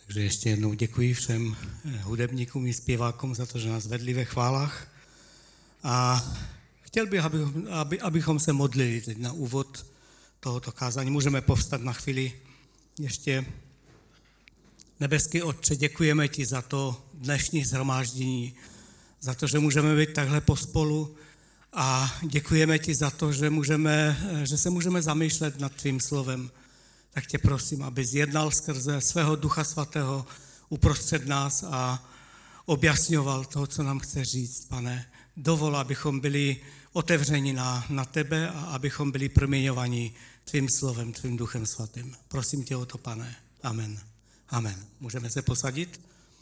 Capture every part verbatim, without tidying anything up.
Takže ještě jednou děkuji všem hudebníkům i zpěvákům za to, že nás vedli ve chválách. A chtěl bych, aby, aby, abychom se modlili teď na úvod tohoto kázání. Můžeme povstat na chvíli ještě. Nebeský Otče, děkujeme ti za to dnešní shromáždění, za to, že můžeme být takhle pospolu a děkujeme ti za to, že, můžeme, že se můžeme zamýšlet nad tvým slovem. Tak tě prosím, aby zjednal skrze svého Ducha Svatého uprostřed nás a objasňoval to, co nám chce říct, Pane. Dovol, abychom byli otevřeni na, na tebe a abychom byli proměňovaní tvým slovem, tvým Duchem Svatým. Prosím tě o to, Pane. Amen. Amen. Můžeme se posadit?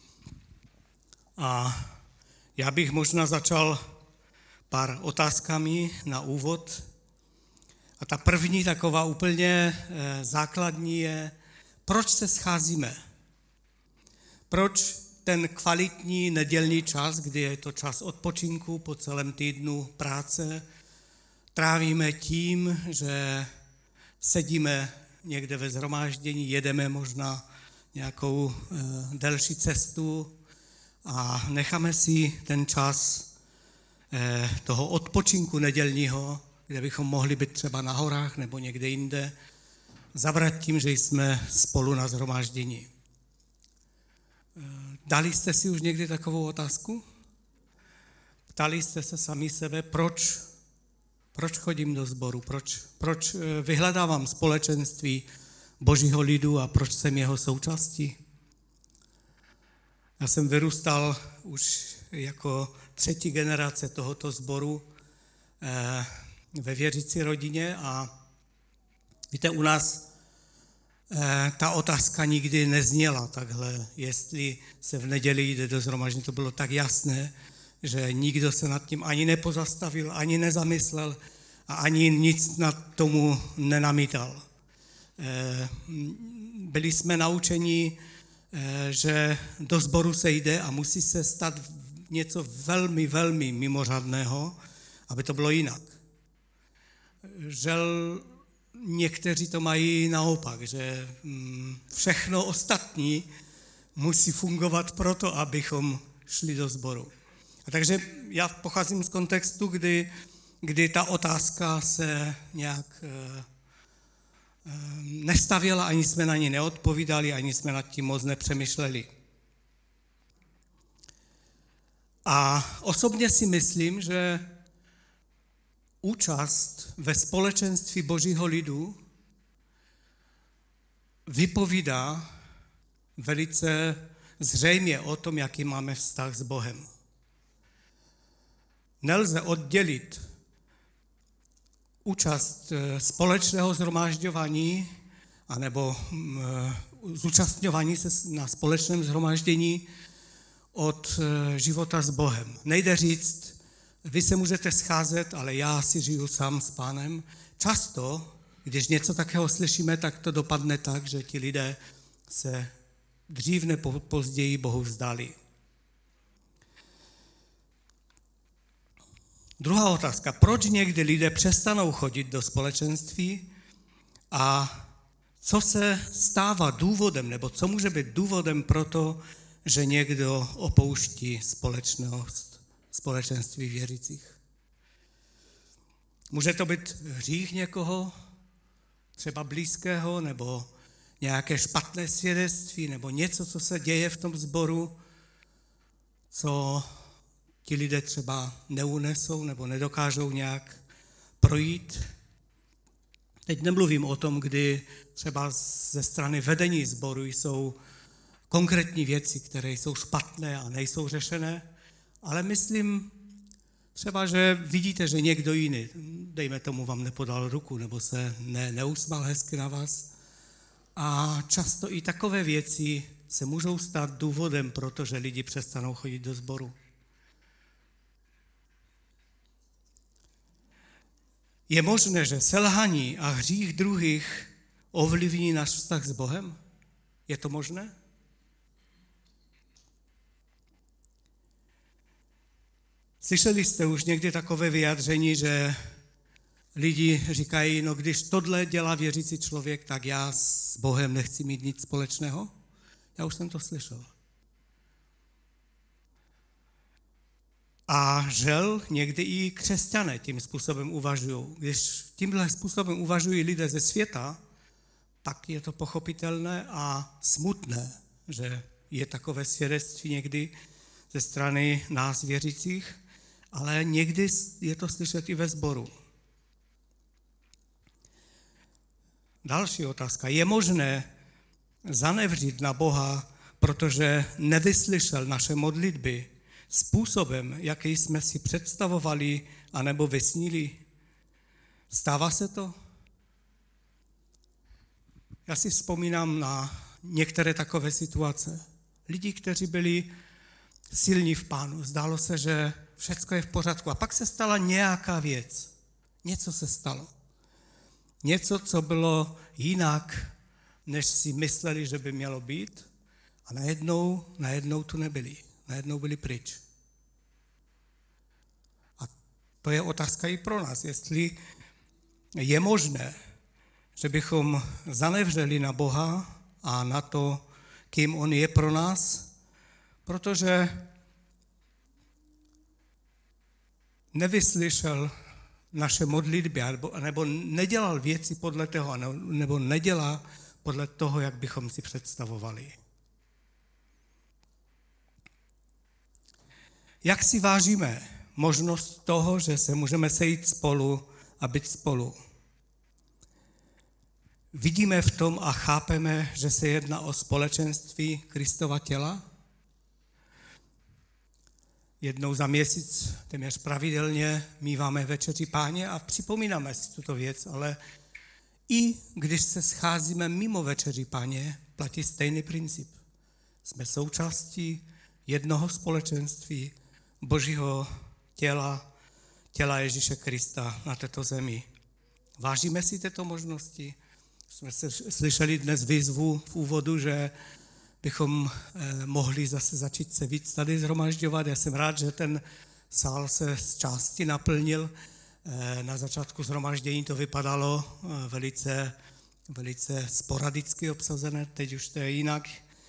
A já bych možná začal pár otázkami na úvod. A ta první taková úplně základní je, proč se scházíme? Proč ten kvalitní nedělní čas, kdy je to čas odpočinku po celém týdnu práce, trávíme tím, že sedíme někde ve shromáždění, jedeme možná nějakou eh, delší cestu a necháme si ten čas eh, toho odpočinku nedělního, kde bychom mohli být třeba na horách nebo někde jinde, zabrat tím, že jsme spolu na shromáždění. Dali jste si už někdy takovou otázku? Ptali jste se sami sebe, proč, proč chodím do sboru, proč, proč vyhledávám společenství Božího lidu a proč jsem jeho součástí? Já jsem vyrůstal už jako třetí generace tohoto sboru eh, ve věřící rodině a víte, u nás eh, ta otázka nikdy nezněla takhle, jestli se v neděli jde do shromáždění, to bylo tak jasné, že nikdo se nad tím ani nepozastavil, ani nezamyslel a ani nic nad tomu nenamítal. Eh, byli jsme naučeni, eh, že do sboru se jde a musí se stát něco velmi, velmi mimořádného, aby to bylo jinak. Žel někteří to mají naopak, že všechno ostatní musí fungovat proto, abychom šli do sboru. A takže já pocházím z kontextu, kdy, kdy ta otázka se nějak e, e, nestavěla, ani jsme na ní neodpovídali, ani jsme nad tím moc nepřemýšleli. A osobně si myslím, že účast ve společenství Božího lidu vypovídá velice zřejmě o tom, jaký máme vztah s Bohem. Nelze oddělit účast společného shromážďování anebo zúčastňování se na společném shromáždění od života s Bohem. Nejde říct, vy se můžete scházet, ale já si žiju sám s Pánem. Často, když něco takového slyšíme, tak to dopadne tak, že ti lidé se dřív nebo později Bohu vzdali. Druhá otázka. Proč někdy lidé přestanou chodit do společenství a co se stává důvodem, nebo co může být důvodem pro to, že někdo opouští společnost, společenství věřících? Může to být hřích někoho, třeba blízkého, nebo nějaké špatné svědectví, nebo něco, co se děje v tom sboru, co ti lidé třeba neunesou nebo nedokážou nějak projít. Teď nemluvím o tom, kdy třeba ze strany vedení sboru jsou konkrétní věci, které jsou špatné a nejsou řešené, ale myslím třeba, že vidíte, že někdo jiný, dejme tomu, vám nepodal ruku nebo se ne, neusmál hezky na vás. A často i takové věci se můžou stát důvodem, protože lidi přestanou chodit do sboru. Je možné, že selhání a hřích druhých ovlivní náš vztah s Bohem? Je to možné? Slyšeli jste už někdy takové vyjádření, že lidi říkají, no když tohle dělá věřící člověk, tak já s Bohem nechci mít nic společného? Já už jsem to slyšel. A žel někdy i křesťané tím způsobem uvažují. Když tímhle způsobem uvažují lidé ze světa, tak je to pochopitelné a smutné, že je takové svědectví někdy ze strany nás věřících, ale někdy je to slyšet i ve sboru. Další otázka. Je možné zanevřít na Boha, protože nevyslyšel naše modlitby způsobem, jaký jsme si představovali anebo vysnili? Stává se to? Já si vzpomínám na některé takové situace. Lidi, kteří byli silní v Pánu. Zdálo se, že všechno je v pořádku. A pak se stala nějaká věc. Něco se stalo. Něco, co bylo jinak, než si mysleli, že by mělo být. A najednou, najednou tu nebyli. Najednou byli pryč. A to je otázka i pro nás. Jestli je možné, že bychom zanevřeli na Boha a na to, kým on je pro nás, protože nevyslyšel naše modlitby, nebo nedělal věci podle toho, nebo nedělá podle toho, jak bychom si představovali. Jak si vážíme možnost toho, že se můžeme sejít spolu a být spolu? Vidíme v tom a chápeme, že se jedná o společenství Kristova těla? Jednou za měsíc, téměř pravidelně, míváme večeři Páně a připomínáme si tuto věc, ale i když se scházíme mimo večeři Páně, platí stejný princip. Jsme součástí jednoho společenství Božího těla, těla Ježíše Krista na této zemi. Vážíme si této možnosti? Jsme se slyšeli dnes výzvu v úvodu, že bychom eh, mohli zase začít se víc tady zhromažďovat. Já jsem rád, že ten sál se z části naplnil. Eh, na začátku zhromaždění to vypadalo eh, velice, velice sporadicky obsazené, teď už to je jinak.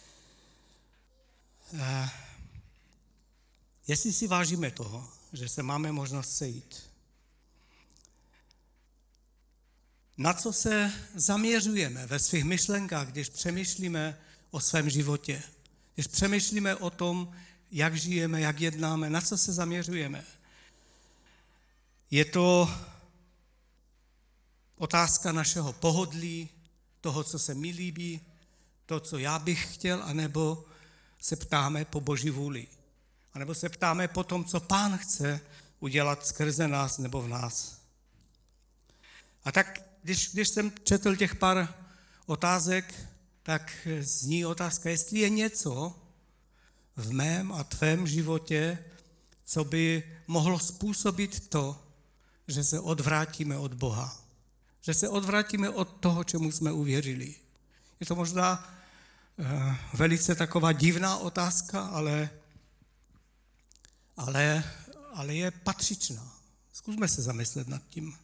Eh, jestli si vážíme toho, že se máme možnost sejít, na co se zaměřujeme ve svých myšlenkách, když přemýšlíme o svém životě, když přemýšlíme o tom, jak žijeme, jak jednáme, na co se zaměřujeme. Je to otázka našeho pohodlí, toho, co se mi líbí, to, co já bych chtěl, anebo se ptáme po Boží vůli. A nebo se ptáme po tom, co Pán chce udělat skrze nás nebo v nás. A tak, když, když jsem četl těch pár otázek, tak zní otázka, jestli je něco v mém a tvém životě, co by mohlo způsobit to, že se odvrátíme od Boha. Že se odvrátíme od toho, čemu jsme uvěřili. Je to možná uh, velice taková divná otázka, ale, ale, ale je patřičná. Zkusme se zamyslet nad tím.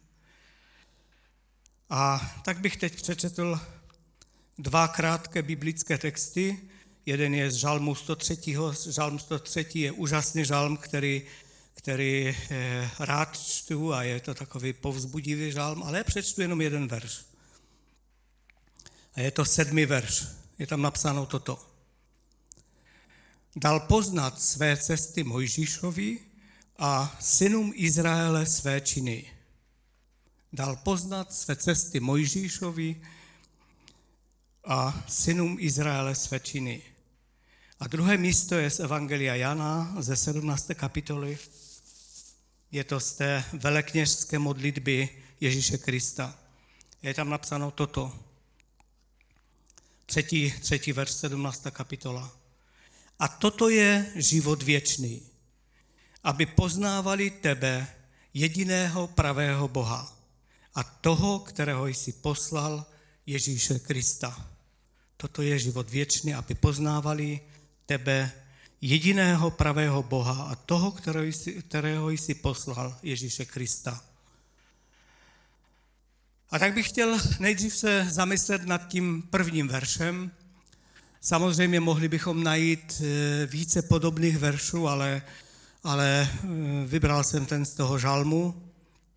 A tak bych teď přečetl dva krátké biblické texty. Jeden je z žalmu sto tři. Žalm sto tři je úžasný žalm, který, který eh, rád čtu a je to takový povzbudivý žalm, ale já přečtu jenom jeden verš. A je to sedmý verš. Je tam napsáno toto. Dal poznat své cesty Mojžíšovi a synům Izraele své činy. Dal poznat své cesty Mojžíšovi a synům Izraele své činy. A druhé místo je z Evangelia Jana ze sedmnácté kapitoly. Je to z té velekněžské modlitby Ježíše Krista. Je tam napsáno toto. Třetí, třetí verš, sedmnáctá kapitola. A toto je život věčný, aby poznávali tebe, jediného pravého Boha, a toho, kterého jsi poslal, Ježíše Krista. Toto je život věčný, aby poznávali tebe, jediného pravého Boha a toho, kterého jsi, kterého jsi poslal, Ježíše Krista. A tak bych chtěl nejdřív se zamyslet nad tím prvním veršem. Samozřejmě mohli bychom najít více podobných veršů, ale, ale vybral jsem ten z toho žalmu.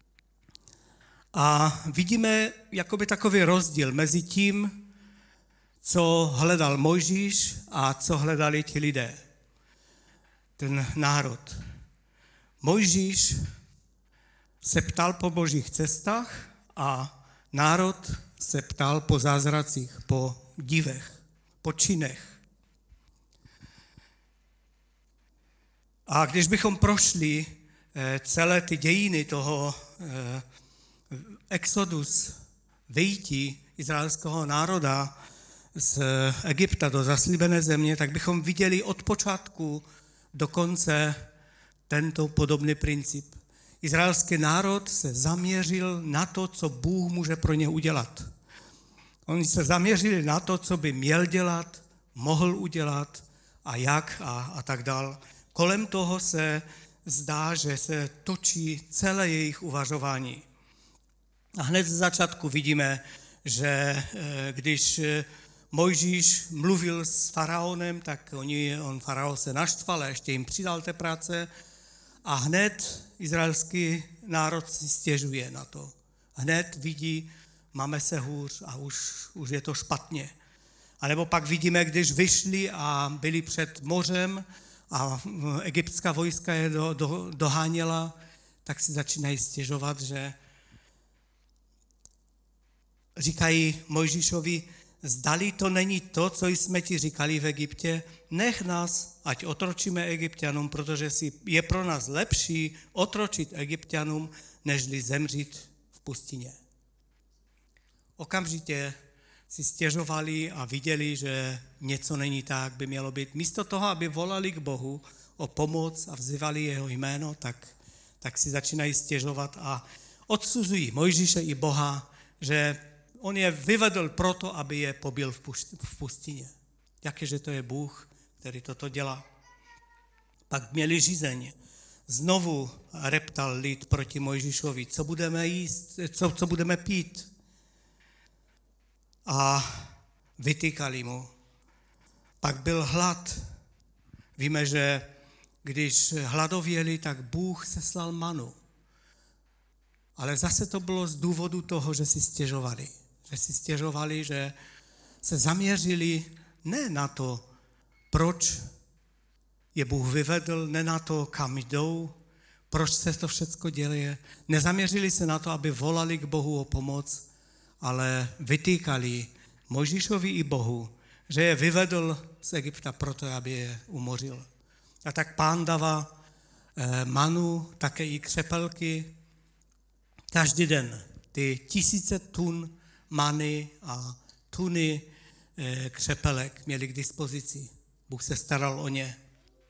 A vidíme jakoby takový rozdíl mezi tím, co hledal Mojžíš a co hledali ti lidé, ten národ. Mojžíš se ptal po božích cestách a národ se ptal po zázracích, po divech, po činech. A když bychom prošli celé ty dějiny toho exodus, vyjití izraelského národa z Egypta do zaslíbené země, tak bychom viděli od počátku do konce tento podobný princip. Izraelský národ se zaměřil na to, co Bůh může pro ně udělat. Oni se zaměřili na to, co by měl dělat, mohl udělat a jak a, a tak dál. Kolem toho se zdá, že se točí celé jejich uvažování. A hned z začátku vidíme, že když Mojžíš mluvil s faraonem, tak oni, on faraon se naštval a ještě jim přidal té práce a hned izraelský národ si stěžuje na to. Hned vidí, máme se hůř a už, už je to špatně. A nebo pak vidíme, když vyšli a byli před mořem a egyptská vojska je do, do, doháněla, tak si začínají stěžovat, že říkají Mojžíšovi, zdali to není to, co jsme ti říkali v Egyptě, nech nás, ať otročíme Egypťanům, protože si je pro nás lepší otročit Egypťanům, nežli zemřít v pustině. Okamžitě si stěžovali a viděli, že něco není tak, by mělo být. Místo toho, aby volali k Bohu o pomoc a vzývali jeho jméno, tak, tak si začínají stěžovat a odsuzují Mojžíše i Boha, že on je vyvedl proto, aby je pobil v pustině. Jakéže to je Bůh, který toto dělá. Pak měli žízeň. Znovu reptal lid proti Mojžíšovi, co budeme jíst, co, co budeme pít. A vytýkali mu. Pak byl hlad. Víme, že když hladověli, tak Bůh seslal manu. Ale zase to bylo z důvodu toho, že si stěžovali. Že si stěžovali, že se zaměřili ne na to, proč je Bůh vyvedl, ne na to, kam jdou, proč se to všecko děje. Nezaměřili se na to, aby volali k Bohu o pomoc, ale vytýkali Mojžíšovi i Bohu, že je vyvedl z Egypta proto, aby je umořil. A tak Pán dává eh, manu, také i křepelky, každý den ty tisíce tun many a tuny eh, křepelek měli k dispozici. Bůh se staral o ně.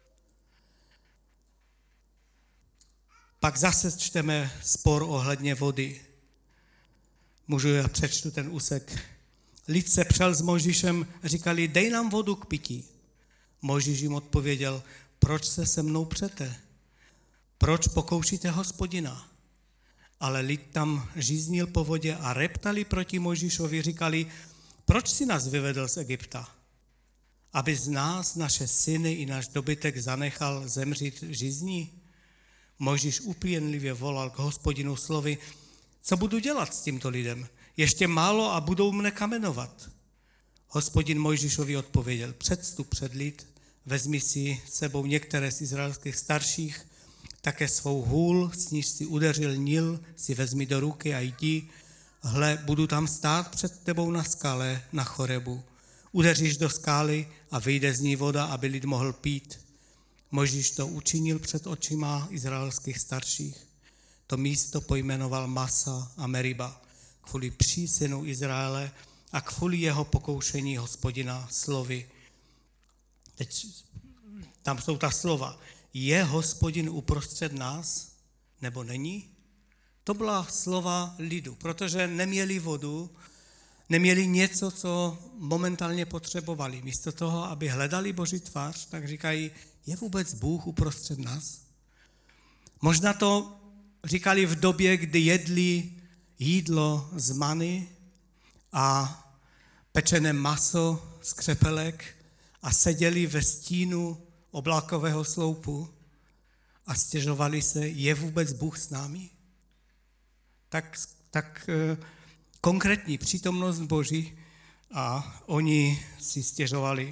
Pak zase čteme spor ohledně vody. Můžu, já přečtu ten úsek. Lid se přel s Mojžíšem, říkali, dej nám vodu k pití. Mojžíš jim odpověděl, proč se se mnou přete? Proč pokoušíte Hospodina? Ale lid tam žíznil po vodě a reptali proti Mojžíšovi, říkali, proč si nás vyvedl z Egypta? Aby z nás naše syny i náš dobytek zanechal zemřít žízní? Mojžíš úpěnlivě volal k Hospodinu slovy, co budu dělat s tímto lidem? Ještě málo a budou mne kamenovat. Hospodin Mojžíšovi odpověděl, předstup před lid, vezmi si sebou některé z izraelských starších, také svou hůl, s níž si udeřil Nil, si vezmi do ruky a jdi. Hle, budu tam stát před tebou na skále na Chorebu. Udeříš do skály a vyjde z ní voda, aby lid mohl pít. Mojžíš to učinil před očima izraelských starších. To místo pojmenoval Masa a Meriba kvůli přísynu Izraele a kvůli jeho pokoušení Hospodina slovy. Teď tam jsou ta slova. Je Hospodin uprostřed nás, nebo není? To byla slova lidu, protože neměli vodu, neměli něco, co momentálně potřebovali. Místo toho, aby hledali Boží tvář, tak říkají, je vůbec Bůh uprostřed nás? Možná to říkali v době, kdy jedli jídlo z many a pečené maso z křepelek a seděli ve stínu oblakového sloupu a stěžovali se, je vůbec Bůh s námi? Tak, tak konkrétní přítomnost Boží a oni si stěžovali.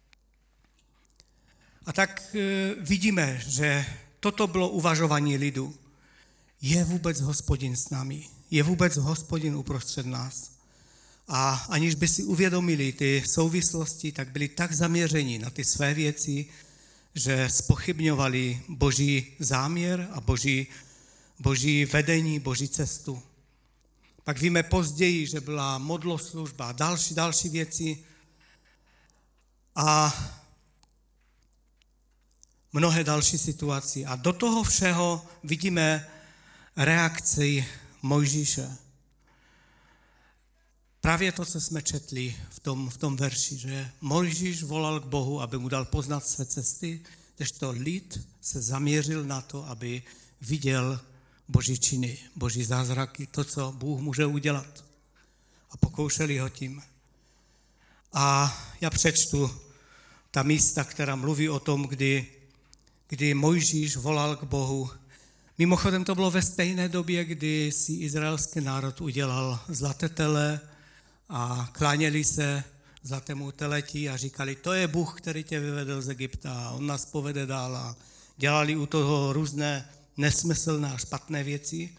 A tak vidíme, že toto bylo uvažování lidu. Je vůbec Hospodin s námi? Je vůbec Hospodin uprostřed nás? A aniž by si uvědomili ty souvislosti, tak byli tak zaměření na ty své věci, že zpochybňovali Boží záměr a Boží, Boží vedení, Boží cestu. Pak víme později, že byla modloslužba, další, další věci a mnohé další situace. A do toho všeho vidíme reakci Mojžíše. Právě to, co jsme četli v tom, v tom verši, že Mojžíš volal k Bohu, aby mu dal poznat své cesty, kdežto lid se zaměřil na to, aby viděl Boží činy, Boží zázraky, to, co Bůh může udělat. A pokoušeli ho tím. A já přečtu ta místa, která mluví o tom, kdy, kdy Mojžíš volal k Bohu. Mimochodem to bylo ve stejné době, kdy si izraelský národ udělal zlaté tele a kláněli se zlatému teleti a říkali, to je Bůh, který tě vyvedl z Egypta, on nás povede dál a dělali u toho různé nesmyslné a špatné věci.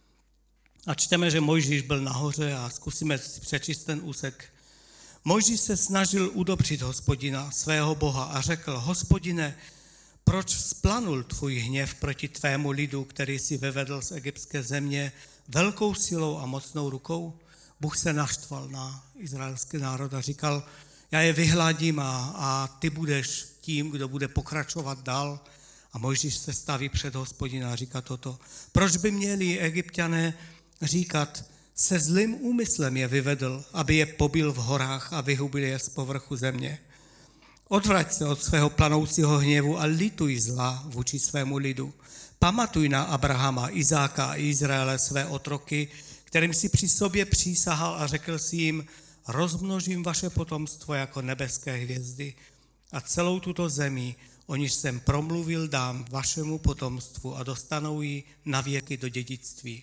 A čteme, že Mojžíš byl nahoře a zkusíme si přečíst ten úsek. Mojžíš se snažil udobřit Hospodina, svého Boha a řekl, Hospodine, proč vzplanul tvůj hněv proti tvému lidu, který si vyvedl z egyptské země velkou silou a mocnou rukou? Bůh se naštval na izraelský národ a říkal, já je vyhladím a, a ty budeš tím, kdo bude pokračovat dál. A Mojžíš se staví před Hospodina a říká toto. Proč by měli Egypťané říkat, se zlým úmyslem je vyvedl, aby je pobil v horách a vyhubil je z povrchu země? Odvrať se od svého planoucího hněvu a lituj zla vůči svému lidu. Pamatuj na Abrahama, Izáka a Izraele své otroky, kterým si při sobě přísahal a řekl si jim, rozmnožím vaše potomstvo jako nebeské hvězdy a celou tuto zemi, o níž jsem promluvil, dám vašemu potomstvu a dostanou ji na věky do dědictví.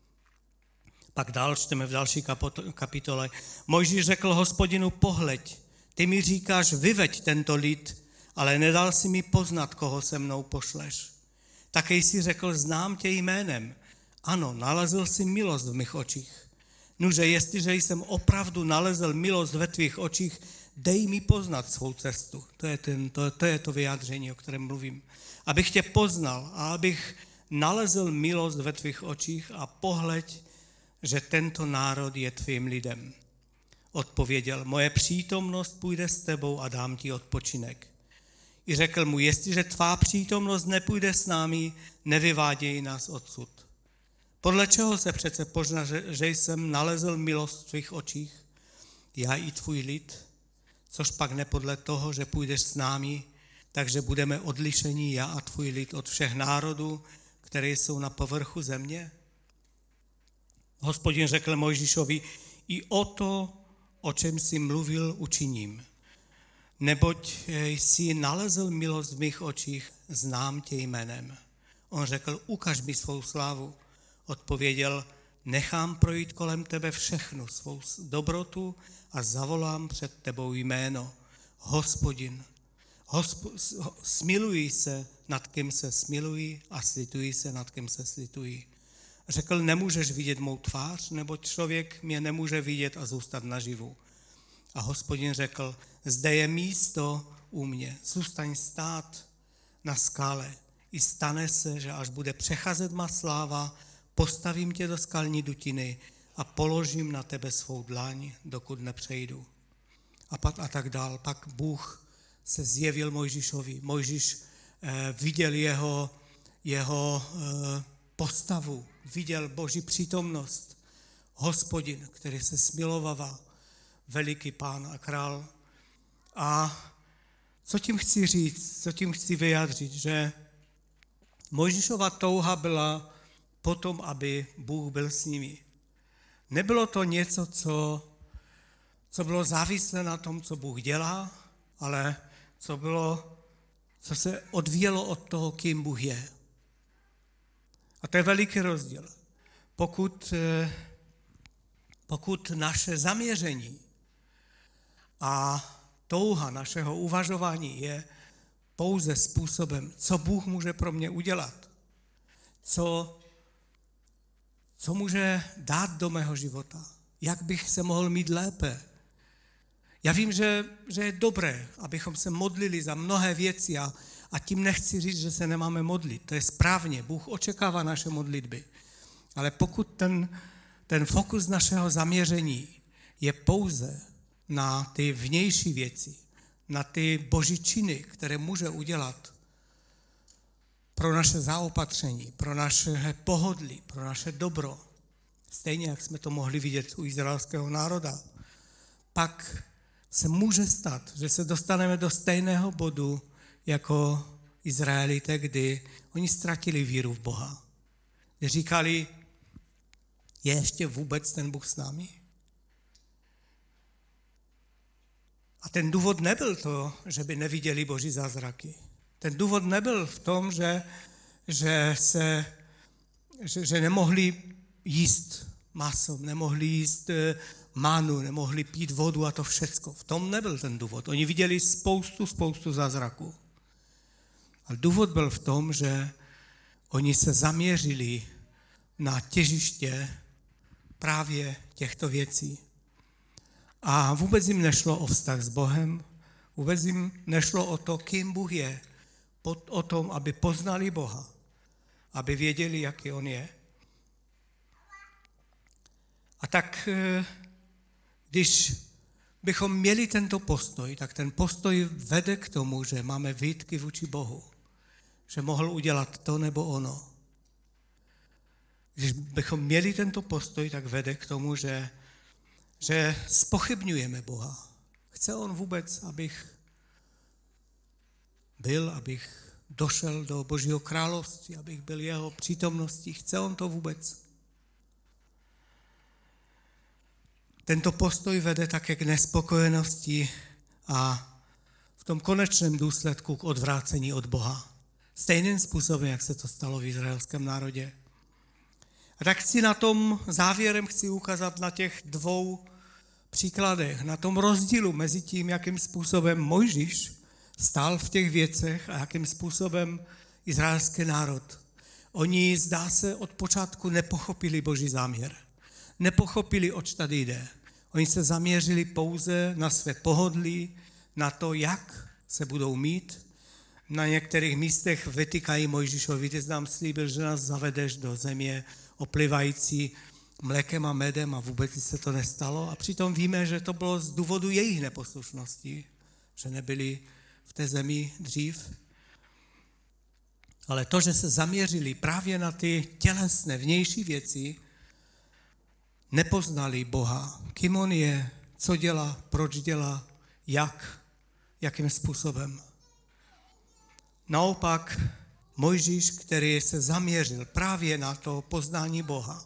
Pak dál čteme v další kapitole. Mojžíš řekl Hospodinu, pohleď, ty mi říkáš, vyveď tento lid, ale nedal si mi poznat, koho se mnou pošleš. Také jsi řekl, znám tě jménem. Ano, nalezl jsi milost v mých očích. Nuže, jestliže jsem opravdu nalezl milost ve tvých očích, dej mi poznat svou cestu. To je, ten, to, to je to vyjádření, o kterém mluvím. Abych tě poznal a abych nalezl milost ve tvých očích a pohleď, že tento národ je tvým lidem. Odpověděl, moje přítomnost půjde s tebou a dám ti odpočinek. I řekl mu, jestliže tvá přítomnost nepůjde s námi, nevyváděj nás odsud. Podle čeho se přece pozná, že, že jsem nalezl milost v tvých očích, já i tvůj lid, což pak ne podle toho, že půjdeš s námi, takže budeme odlišeni já a tvůj lid od všech národů, které jsou na povrchu země? Hospodin řekl Mojžíšovi, i o to, o čem jsi mluvil, učiním. Neboť jsi nalezl milost v mých očích, znám tě jménem. On řekl, ukaž mi svou slávu. Odpověděl, nechám projít kolem tebe všechnu svou dobrotu a zavolám před tebou jméno. Hospodin, hospo- smiluji se, nad kým se smiluji a slituji se, nad kým se slituji. Řekl, nemůžeš vidět mou tvář, neboť člověk mě nemůže vidět a zůstat naživu. A Hospodin řekl, zde je místo u mě, zůstaň stát na skále. I stane se, že až bude přecházet má sláva, postavím tě do skalní dutiny a položím na tebe svou dlaň, dokud nepřejdu. A, pak, a tak dál. Pak Bůh se zjevil Mojžíšovi. Mojžíš eh, viděl jeho, jeho eh, postavu, viděl Boží přítomnost. Hospodin, který se smilovává, veliký pán a král. A co tím chci říct, co tím chci vyjádřit, že Mojžíšova touha byla potom, aby Bůh byl s nimi. Nebylo to něco, co, co bylo závislé na tom, co Bůh dělá, ale co bylo, co se odvíjelo od toho, kým Bůh je. A to je veliký rozdíl. Pokud, pokud naše zaměření a touha našeho uvažování je pouze způsobem, co Bůh může pro mě udělat, co, co může dát do mého života, jak bych se mohl mít lépe. Já vím, že, že je dobré, abychom se modlili za mnohé věci a, a tím nechci říct, že se nemáme modlit. To je správně, Bůh očekává naše modlitby. Ale pokud ten, ten fokus našeho zaměření je pouze na ty vnější věci, na ty boží činy, které může udělat pro naše zaopatření, pro naše pohodlí, pro naše dobro, stejně jak jsme to mohli vidět u izraelského národa, pak se může stát, že se dostaneme do stejného bodu jako Izraelité, kdy oni ztratili víru v Boha. Kdy říkali, je ještě vůbec ten Bůh s námi? A ten důvod nebyl to, že by neviděli boží zázraky. Ten důvod nebyl v tom, že, že, se, že, že nemohli jíst maso, nemohli jíst mánu, nemohli pít vodu a to všecko. V tom nebyl ten důvod. Oni viděli spoustu, spoustu zázraků. Ale důvod byl v tom, že oni se zaměřili na těžiště právě těchto věcí. A vůbec jim nešlo o vztah s Bohem, vůbec jim nešlo o to, kým Bůh je, o tom, aby poznali Boha, aby věděli, jaký on je. A tak, když bychom měli tento postoj, tak ten postoj vede k tomu, že máme výtky vůči Bohu, že mohl udělat to nebo ono. Když bychom měli tento postoj, tak vede k tomu, že, že zpochybňujeme Boha. Chce on vůbec, abych byl, abych došel do Božího království, abych byl jeho přítomností. Chce on to vůbec? Tento postoj vede také k nespokojenosti a v tom konečném důsledku k odvrácení od Boha. Stejným způsobem, jak se to stalo v izraelském národě. A tak chci na tom závěrem chci ukázat na těch dvou příkladech, na tom rozdílu mezi tím, jakým způsobem Mojžíš stál v těch věcech a jakým způsobem izraelský národ. Oni, zdá se, od počátku nepochopili Boží záměr. Nepochopili, oč tady jde. Oni se zaměřili pouze na své pohodlí, na to, jak se budou mít. Na některých místech vytýkají Mojžíšovi, ty jsi nám slíbil, že nás zavedeš do země oplivající mlékem a medem a vůbec se to nestalo. A přitom víme, že to bylo z důvodu jejich neposlušnosti, že nebyli v té zemi dřív. Ale to, že se zaměřili právě na ty tělesné, vnější věci, nepoznali Boha, kým on je, co dělá, proč dělá, jak, jakým způsobem. Naopak Mojžíš, který se zaměřil právě na to poznání Boha,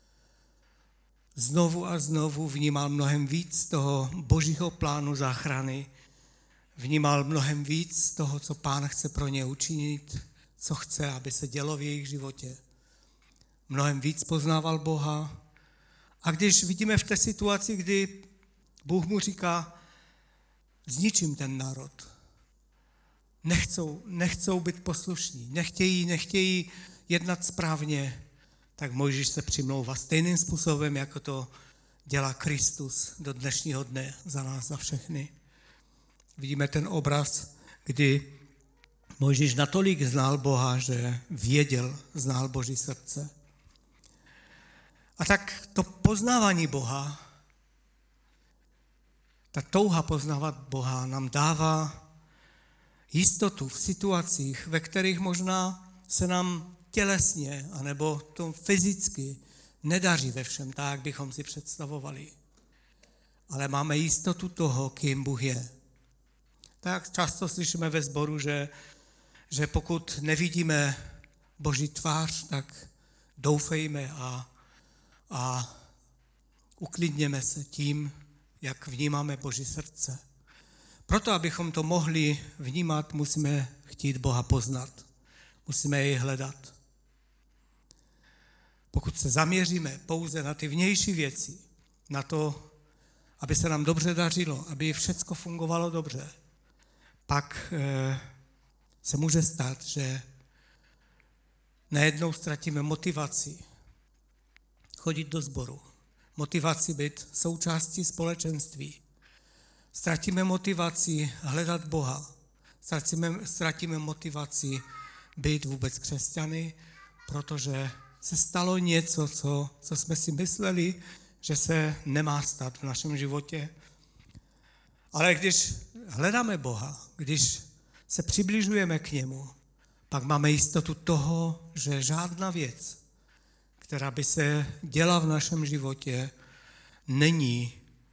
znovu a znovu vnímal mnohem víc toho Božího plánu záchrany, vnímal mnohem víc toho, co Pán chce pro ně učinit, co chce, aby se dělo v jejich životě. Mnohem víc poznával Boha. A když vidíme v té situaci, kdy Bůh mu říká, zničím ten národ, nechcou, nechcou být poslušní, nechtějí, nechtějí jednat správně, tak Mojžíš se přimlouvá stejným způsobem, jako to dělá Kristus do dnešního dne za nás, za všechny. Vidíme ten obraz, kdy Mojžíš natolik znal Boha, že věděl, znal Boží srdce. A tak to poznávání Boha, ta touha poznávat Boha nám dává jistotu v situacích, ve kterých možná se nám tělesně anebo to fyzicky nedaří ve všem tak, jak bychom si představovali. Ale máme jistotu toho, kým Bůh je. Tak často slyšíme ve sboru, že, že pokud nevidíme Boží tvář, tak doufejme a, a uklidněme se tím, jak vnímáme Boží srdce. Proto, abychom to mohli vnímat, musíme chtít Boha poznat. Musíme jej hledat. Pokud se zaměříme pouze na ty vnější věci, na to, aby se nám dobře dařilo, aby všecko fungovalo dobře, pak e, se může stát, že najednou ztratíme motivaci chodit do sboru, motivaci být součástí společenství. Ztratíme motivaci hledat Boha, ztratíme, ztratíme motivaci být vůbec křesťany, protože se stalo něco, co, co jsme si mysleli, že se nemá stát v našem životě. Ale když hledáme Boha, když se přibližujeme k němu, pak máme jistotu toho, že žádná věc, která by se děla v našem životě, není,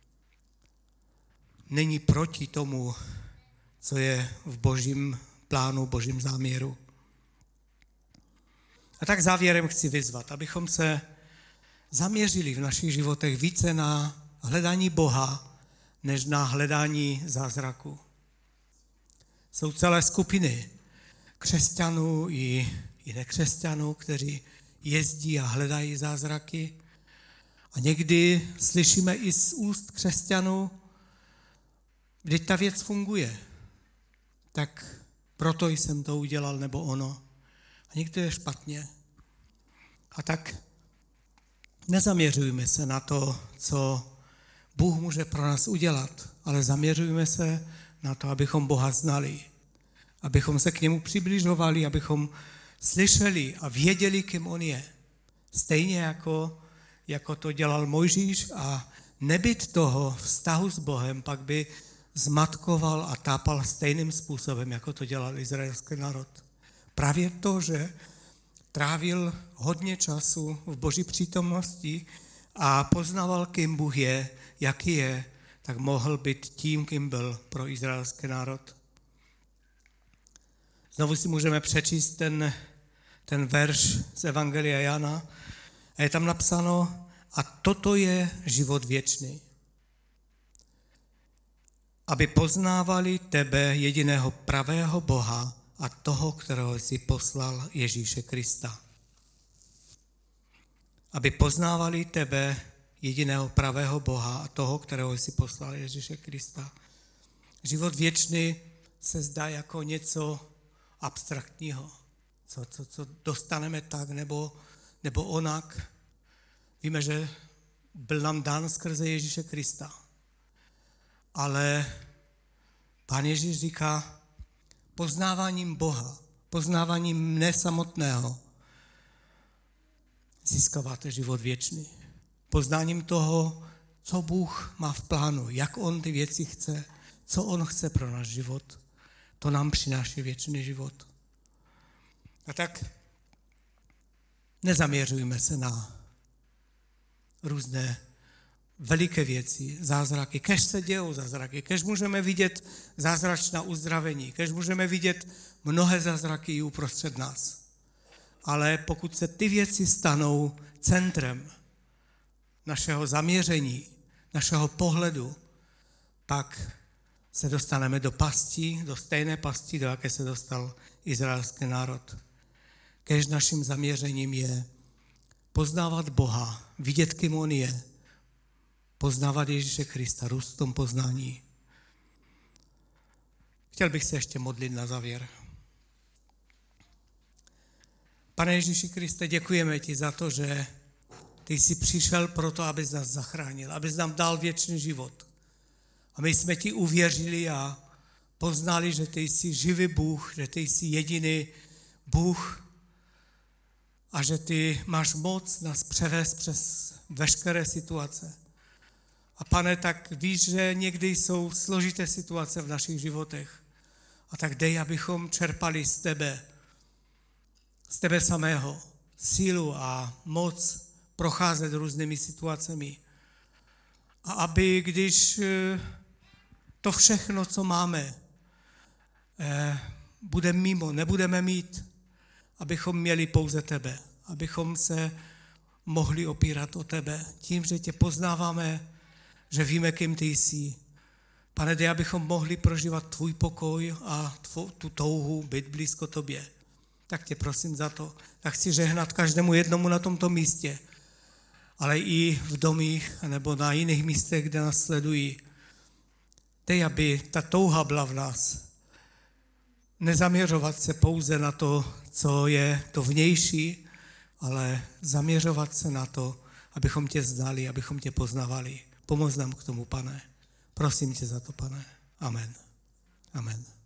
není proti tomu, co je v Božím plánu, Božím záměru. A tak závěrem chci vyzvat, abychom se zaměřili v našich životech více na hledání Boha, než na hledání zázraku. Jsou celé skupiny křesťanů i, i nekřesťanů, kteří jezdí a hledají zázraky. A někdy slyšíme i z úst křesťanů, když ta věc funguje, tak proto jsem to udělal, nebo ono. A někdy je špatně. A tak nezaměřujme se na to, co Bůh může pro nás udělat, ale zaměřujme se na to, abychom Boha znali, abychom se k němu přibližovali, abychom slyšeli a věděli, kým on je. Stejně jako, jako to dělal Mojžíš a nebyt toho vztahu s Bohem, pak by zmatkoval a tápal stejným způsobem, jako to dělal izraelský národ. Právě to, že trávil hodně času v Boží přítomnosti a poznával, kým Bůh je, jaký je, tak mohl být tím, kým byl pro izraelský národ. Znovu si můžeme přečíst ten, ten verš z Evangelia Jana a je tam napsáno: a toto je život věčný, aby poznávali tebe, jediného pravého Boha, a toho, kterého jsi poslal, Ježíše Krista. Aby poznávali tebe, jediného pravého Boha, a toho, kterého jsi poslal, Ježíše Krista. Život věčný se zdá jako něco abstraktního, co, co, co dostaneme tak nebo, nebo onak. Víme, že byl nám dán skrze Ježíše Krista. Ale Pán Ježíš říká, poznáváním Boha, poznáváním mne samotného získáváte život věčný. Poznáním toho, co Bůh má v plánu, jak on ty věci chce, co on chce pro náš život, to nám přináší věčný život. A tak nezaměřujme se na různé veliké věci, zázraky. Kež se dějou zázraky, kež můžeme vidět zázračná uzdravení, kež můžeme vidět mnohé zázraky i uprostřed nás. Ale pokud se ty věci stanou centrem našeho zaměření, našeho pohledu, pak se dostaneme do pasti, do stejné pasti, do jaké se dostal izraelský národ. Kež naším zaměřením je poznávat Boha, vidět, kým on je, poznávat Ježíše Krista, růst v tom poznání. Chtěl bych se ještě modlit na závěr. Pane Ježíši Kriste, děkujeme ti za to, že ty jsi přišel proto, abys nás zachránil, abys nám dal věčný život. A my jsme ti uvěřili a poznali, že ty jsi živý Bůh, že ty jsi jediný Bůh a že ty máš moc nás převést přes veškeré situace. A Pane, tak víš, že někdy jsou složité situace v našich životech. A tak dej, abychom čerpali z tebe, z tebe samého, sílu a moc procházet různými situacemi. A aby, když to všechno, co máme, bude mimo, nebudeme mít, abychom měli pouze tebe, abychom se mohli opírat o tebe. Tím, že tě poznáváme, že víme, kým ty jsi. Pane, dej, abychom mohli prožívat tvůj pokoj a tvou, tu touhu být blízko tobě. Tak tě prosím za to. Tak chci žehnat každému jednomu na tomto místě, ale i v domích nebo na jiných místech, kde nás sledují. Dej, aby ta touha byla v nás. Nezaměřovat se pouze na to, co je to vnější, ale zaměřovat se na to, abychom tě znali, abychom tě poznávali. Pomoz nám k tomu, Pane. Prosím tě za to, Pane. Amen. Amen.